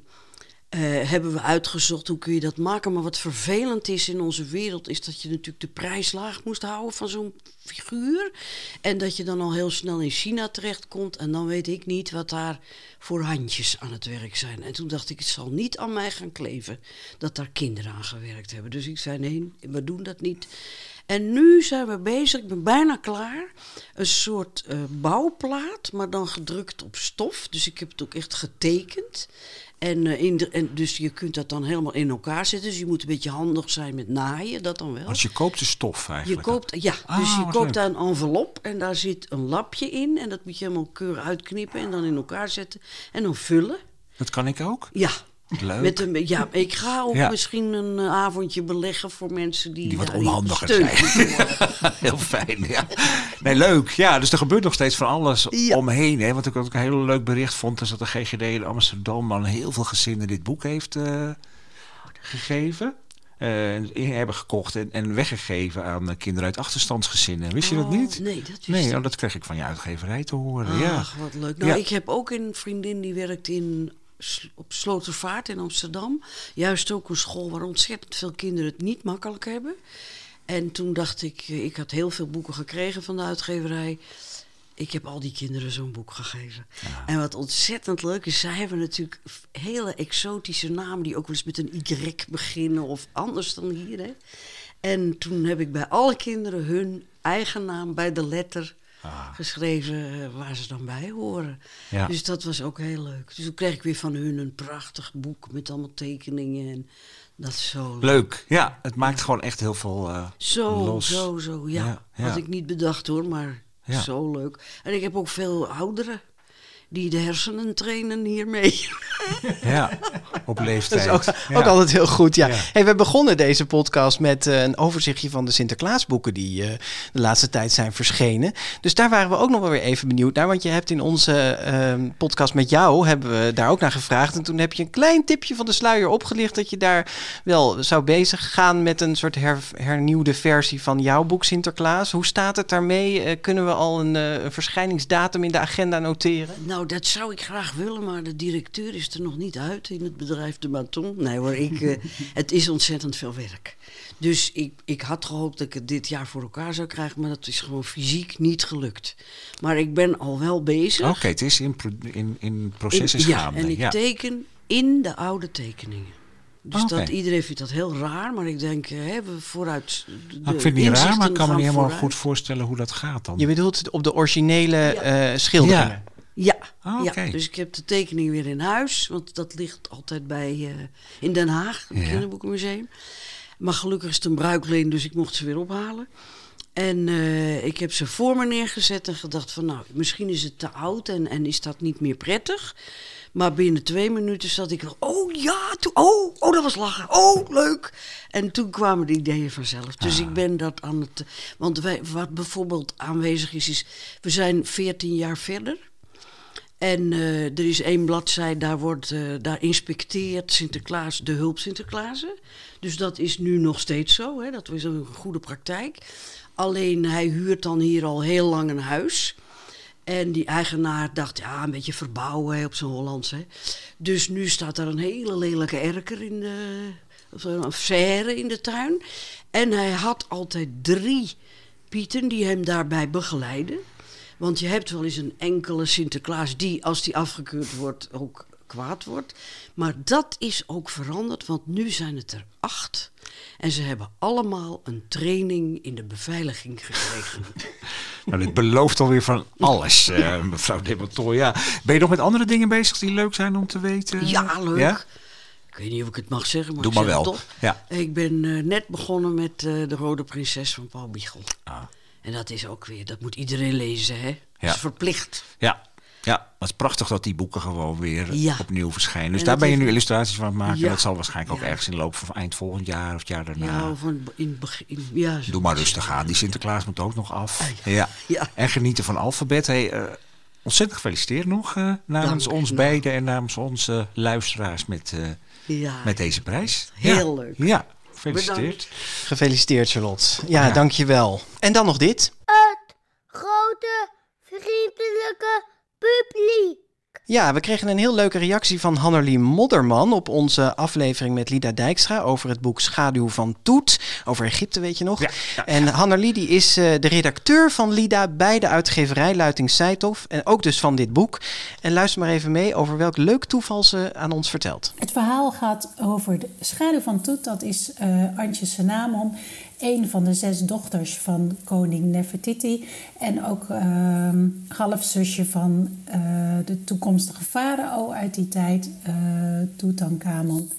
hebben we uitgezocht hoe kun je dat maken. Maar wat vervelend is in onze wereld is dat je natuurlijk de prijs laag moest houden van zo'n figuur. En dat je dan al heel snel in China terechtkomt. En dan weet ik niet wat daar voor handjes aan het werk zijn. En toen dacht ik, het zal niet aan mij gaan kleven dat daar kinderen aan gewerkt hebben. Dus ik zei, nee, we doen dat niet. En nu zijn we bezig, ik ben bijna klaar. Een soort uh, bouwplaat, maar dan gedrukt op stof. Dus ik heb het ook echt getekend. En, uh, in de, en dus je kunt dat dan helemaal in elkaar zetten. Dus je moet een beetje handig zijn met naaien, dat dan wel. Want je koopt de stof eigenlijk. Je koopt, ja, ah, dus je koopt leuk. daar een envelop en daar zit een lapje in. En dat moet je helemaal keurig uitknippen en dan in elkaar zetten. En dan vullen. Dat kan ik ook? Ja. Leuk. Met een, ja, ik ga ook ja. misschien een uh, avondje beleggen voor mensen die... Die wat uh, onhandiger steun zijn. Heel fijn, ja. Nee, leuk. Ja, dus er gebeurt nog steeds van alles ja. omheen. Hè? Wat ik ook een heel leuk bericht vond, is dat de G G D in Amsterdam al heel veel gezinnen dit boek heeft uh, gegeven. uh, hebben gekocht en, en weggegeven aan uh, kinderen uit achterstandsgezinnen. Wist je oh, dat niet? Nee, dat wist nee, ik. Oh, dat kreeg ik van je uitgeverij te horen. Ach, ja. wat leuk. Nou, ja. ik heb ook een vriendin die werkt in, op Slotervaart in Amsterdam. Juist ook een school waar ontzettend veel kinderen het niet makkelijk hebben. En toen dacht ik, ik had heel veel boeken gekregen van de uitgeverij. Ik heb al die kinderen zo'n boek gegeven. Ja. En wat ontzettend leuk is, zij hebben natuurlijk hele exotische namen die ook wel eens met een Y beginnen of anders dan hier. Hè. En toen heb ik bij alle kinderen hun eigen naam bij de letter ah. geschreven waar ze dan bij horen. Ja. Dus dat was ook heel leuk. Dus toen kreeg ik weer van hun een prachtig boek met allemaal tekeningen en dat is zo leuk. Leuk, ja. Het maakt ja. gewoon echt heel veel uh, zo, los. Zo, zo, ja. ja, ja. Had ik niet bedacht hoor, maar ja. zo leuk. En ik heb ook veel ouderen die de hersenen trainen hiermee. Ja, op leeftijd. Dat is ook, ja. ook altijd heel goed, ja. ja. Hey, we begonnen deze podcast met uh, een overzichtje van de Sinterklaasboeken die uh, de laatste tijd zijn verschenen. Dus daar waren we ook nog wel weer even benieuwd naar. Want je hebt in onze uh, podcast met jou, hebben we daar ook naar gevraagd. En toen heb je een klein tipje van de sluier opgelicht dat je daar wel zou bezig gaan met een soort her, hernieuwde versie van jouw boek Sinterklaas. Hoe staat het daarmee? Uh, kunnen we al een, uh, een verschijningsdatum in de agenda noteren? Nou, dat zou ik graag willen, maar de directeur is er nog niet uit in het bedrijf De Maton. Nee hoor, ik, uh, het is ontzettend veel werk. Dus ik, ik had gehoopt dat ik het dit jaar voor elkaar zou krijgen, maar dat is gewoon fysiek niet gelukt. Maar ik ben al wel bezig. Oké, okay, het is in, in, in proces is in, ja, gaande. En ik ja. teken in de oude tekeningen. Dus okay. dat, iedereen vindt dat heel raar, maar ik denk, hebben we vooruit de nou, ik vind het niet raar, maar ik kan me niet helemaal vooruit. goed voorstellen hoe dat gaat dan. Je bedoelt op de originele ja. uh, schilderingen? Ja. Ja, oh, okay. ja, dus ik heb de tekening weer in huis. Want dat ligt altijd bij uh, in Den Haag, het ja. Kinderboekenmuseum. Maar gelukkig is het een bruikleen, dus ik mocht ze weer ophalen. En uh, ik heb ze voor me neergezet en gedacht van... nou, misschien is het te oud en, en is dat niet meer prettig. Maar binnen twee minuten zat ik wel... oh ja, to, oh, oh, dat was lachen. Oh, leuk. En toen kwamen de ideeën vanzelf. Dus ah. ik ben dat aan het... Want wij, wat bijvoorbeeld aanwezig is, is... we zijn veertien jaar verder... En uh, er is één bladzij, daar, wordt, uh, daar inspecteert Sinterklaas de hulp Sinterklaasen. Dus dat is nu nog steeds zo, hè? Dat is een goede praktijk. Alleen hij huurt dan hier al heel lang een huis. En die eigenaar dacht, ja, een beetje verbouwen hè, op zijn Hollands. Hè? Dus nu staat er een hele lelijke erker in de... of een serre in de tuin. En hij had altijd drie pieten die hem daarbij begeleiden. Want je hebt wel eens een enkele Sinterklaas die, als die afgekeurd wordt, ook kwaad wordt. Maar dat is ook veranderd, want nu zijn het er acht. En ze hebben allemaal een training in de beveiliging gekregen. Nou, dit belooft alweer van alles, uh, mevrouw De Maton. Ja. Ben je nog met andere dingen bezig die leuk zijn om te weten? Ja, leuk. Ja? Ik weet niet of ik het mag zeggen, maar doe ik maar zeg wel. Het toch. Ja. Ik ben uh, net begonnen met uh, De Rode Prinses van Paul Biegel. Ah. En dat is ook weer, dat moet iedereen lezen, hè? Dat ja. is verplicht. Ja. Ja, het is prachtig dat die boeken gewoon weer ja. opnieuw verschijnen. Dus en daar ben je nu illustraties van aan het maken. Ja. Dat zal waarschijnlijk ook ja. ergens in de loop van eind volgend jaar of het jaar daarna. Ja, of in, in, in, ja doe maar rustig aan. Die Sinterklaas moet ook nog af. Ja. Ja. Ja. En genieten van Alfabet. Hey, uh, ontzettend gefeliciteerd nog uh, namens Dank, ons nou. beiden en namens onze luisteraars met, uh, ja. met deze prijs. Heel ja. leuk. Ja, gefeliciteerd. Bedankt. Gefeliciteerd, Charlotte. Ja, ja, dankjewel. En dan nog dit. Het grote vriendelijke publiek. Ja, we kregen een heel leuke reactie van Hannerlie Modderman op onze aflevering met Lida Dijkstra over het boek Schaduw van Toet. Over Egypte, weet je nog. Ja, ja. En Hannerlie die is uh, de redacteur van Lida bij de uitgeverij Luiting Seithof. En ook dus van dit boek. En luister maar even mee over welk leuk toeval ze aan ons vertelt. Het verhaal gaat over de Schaduw van Toet. Dat is uh, Antje Senamon. Een van de zes dochters van koning Nefertiti. En ook uh, halfzusje van uh, de toekomstige farao uit die tijd, uh, Tutankhamon.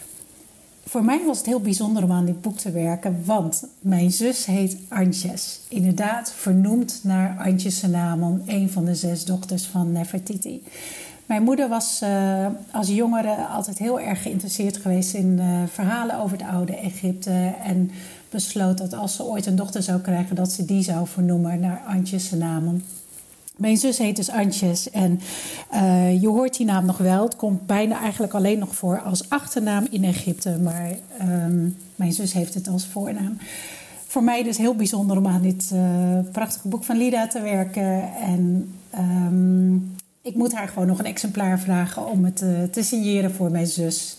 Voor mij was het heel bijzonder om aan dit boek te werken, want mijn zus heet Antjes. Inderdaad vernoemd naar Antje Senamon, een van de zes dochters van Nefertiti. Mijn moeder was uh, als jongere altijd heel erg geïnteresseerd geweest in uh, verhalen over het oude Egypte. En besloot dat als ze ooit een dochter zou krijgen, dat ze die zou vernoemen naar Antje Senamon. Mijn zus heet dus Antjes en uh, je hoort die naam nog wel. Het komt bijna eigenlijk alleen nog voor als achternaam in Egypte. Maar um, mijn zus heeft het als voornaam. Voor mij dus heel bijzonder om aan dit uh, prachtige boek van Lida te werken. En um, ik moet haar gewoon nog een exemplaar vragen om het uh, te signeren voor mijn zus.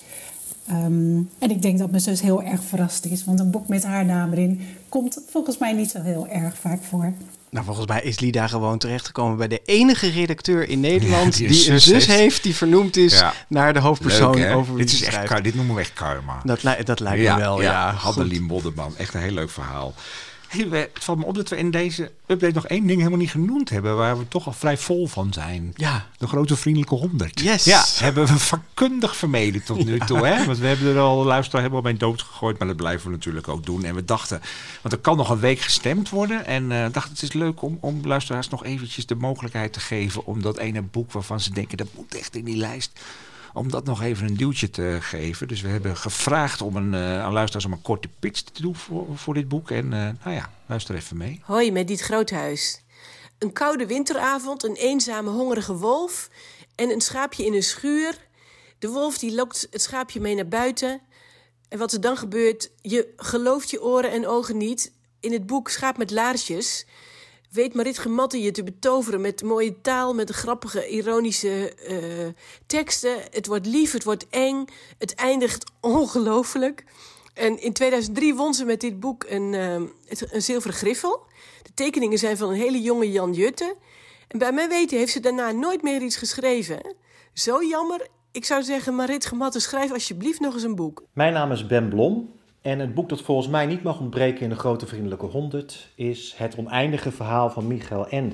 Um, en ik denk dat mijn zus heel erg verrast is. Want een boek met haar naam erin komt volgens mij niet zo heel erg vaak voor. Nou, volgens mij is Lida gewoon terechtgekomen bij de enige redacteur in Nederland... Ja, die, die een zus heeft. heeft die vernoemd is ja. naar de hoofdpersoon. Leuk, over dit, is echt, kar- dit noemen we echt karma. Dat, li- dat lijkt ja, me wel, ja. ja Haddelien Bodderman, echt een heel leuk verhaal. Hey, we, het valt me op dat we in deze update nog één ding helemaal niet genoemd hebben... waar we toch al vrij vol van zijn. Ja. De grote vriendelijke honderd. Yes. Ja, hebben we vakkundig vermeden tot nu toe. Ja. Hè? Want we hebben er al, luisteraar hebben al bij dood gegooid... maar dat blijven we natuurlijk ook doen. En we dachten, want er kan nog een week gestemd worden... en uh, dachten het is leuk om, om luisteraars nog eventjes de mogelijkheid te geven... om dat ene boek waarvan ze denken, dat moet echt in die lijst... om dat nog even een duwtje te geven. Dus we hebben gevraagd om een, uh, aan luisteraars om een korte pitch te doen voor, voor dit boek. En uh, nou ja, luister even mee. Hoi, met Diet Groothuis. Een koude winteravond, een eenzame hongerige wolf... en een schaapje in een schuur. De wolf die lokt het schaapje mee naar buiten. En wat er dan gebeurt, je gelooft je oren en ogen niet. In het boek Schaap met laarsjes... weet Marit Gematte je te betoveren met mooie taal... met grappige, ironische uh, teksten. Het wordt lief, het wordt eng, het eindigt ongelooflijk. En in tweeduizend drie won ze met dit boek een, uh, een zilveren griffel. De tekeningen zijn van een hele jonge Jan Jutte. En bij mijn weten heeft ze daarna nooit meer iets geschreven. Zo jammer. Ik zou zeggen, Marit Gematte, schrijf alsjeblieft nog eens een boek. Mijn naam is Ben Blom. En het boek dat volgens mij niet mag ontbreken in de Grote Vriendelijke honderd... is Het oneindige verhaal van Michael Ende.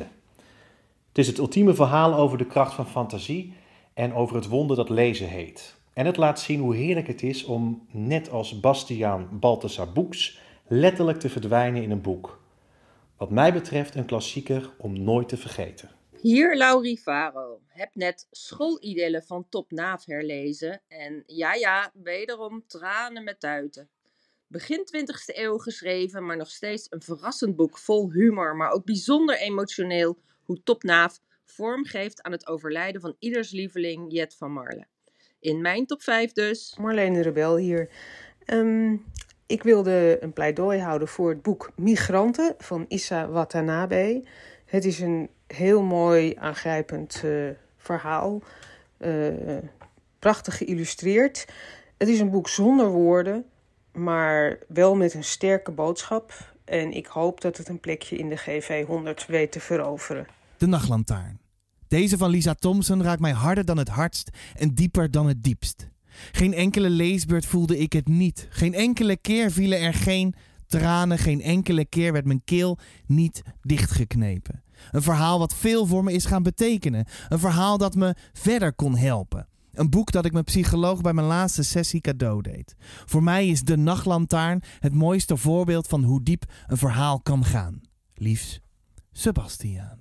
Het is het ultieme verhaal over de kracht van fantasie... en over het wonder dat lezen heet. En het laat zien hoe heerlijk het is om, net als Bastiaan Balthasar Boeks... letterlijk te verdwijnen in een boek. Wat mij betreft een klassieker om nooit te vergeten. Hier Laurie Faro. Heb net Schoolidyllen van Top Naaf herlezen... en ja ja, wederom tranen met tuiten. Begin twintigste eeuw geschreven, maar nog steeds een verrassend boek vol humor, maar ook bijzonder emotioneel hoe Top Naaf vorm geeft aan het overlijden van ieders lieveling Jet van Marle. In mijn top vijf dus. Marlene Rebel hier. Um, ik wilde een pleidooi houden voor het boek Migranten van Issa Watanabe. Het is een heel mooi, aangrijpend uh, verhaal. Uh, prachtig geïllustreerd. Het is een boek zonder woorden... maar wel met een sterke boodschap. En ik hoop dat het een plekje in de G V honderd weet te veroveren. De Nachtlantaarn. Deze van Lisa Thompson raakt mij harder dan het hardst en dieper dan het diepst. Geen enkele leesbeurt voelde ik het niet. Geen enkele keer vielen er geen tranen. Geen enkele keer werd mijn keel niet dichtgeknepen. Een verhaal wat veel voor me is gaan betekenen. Een verhaal dat me verder kon helpen. Een boek dat ik mijn psycholoog bij mijn laatste sessie cadeau deed. Voor mij is De Nachtlantaarn het mooiste voorbeeld van hoe diep een verhaal kan gaan. Liefs, Sebastiaan.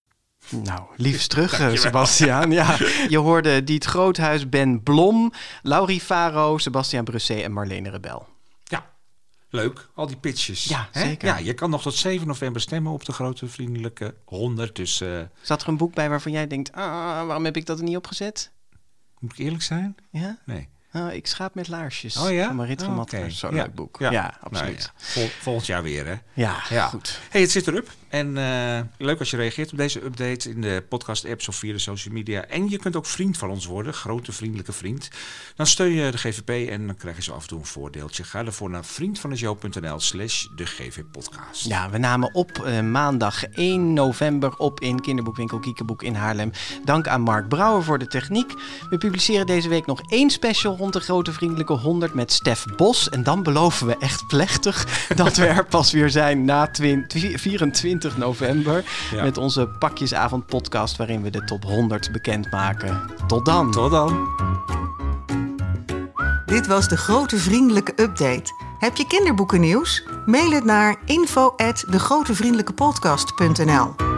Nou, liefst terug, uh, Sebastiaan. Ja, je hoorde Diet Groothuis, Ben Blom, Laurie Faro, Sebastiaan Brusset en Marlene Rebel. Ja, leuk. Al die pitches. Ja, hè? zeker. Ja, je kan nog tot zeven november stemmen op de Grote Vriendelijke honderd. Dus, uh... Zat er een boek bij waarvan jij denkt, ah, waarom heb ik dat er niet opgezet? Moet ik eerlijk zijn? Ja? Nee. Uh, ik Schaap met laarsjes. Oh ja? Van Marit oh, Gematte. Okay. Zo'n ja. leuk boek. Ja, ja absoluut. Nou, ja. Vol, volgend jaar weer, hè? Ja, ja. goed. Hey, het zit erop. En uh, leuk als je reageert op deze update in de podcast-apps of via de social media. En je kunt ook vriend van ons worden, grote vriendelijke vriend. Dan steun je de G V P en dan krijg je zo af en toe een voordeeltje. Ga ervoor naar vriendvandeshow.nl slash de G V podcast. Ja, we namen op uh, maandag één november op in kinderboekwinkel Kiekeboek in Haarlem. Dank aan Mark Brouwer voor de techniek. We publiceren deze week nog één special rond de Grote Vriendelijke honderd met Stef Bos. En dan beloven we echt plechtig dat we er pas weer zijn na vierentwintig november. Ja. Met onze Pakjesavond podcast waarin we de top honderd bekendmaken. Tot dan. Tot dan. Dit was de Grote Vriendelijke Update. Heb je kinderboekennieuws? Mail het naar info at de grote vriendelijke podcast punt n l.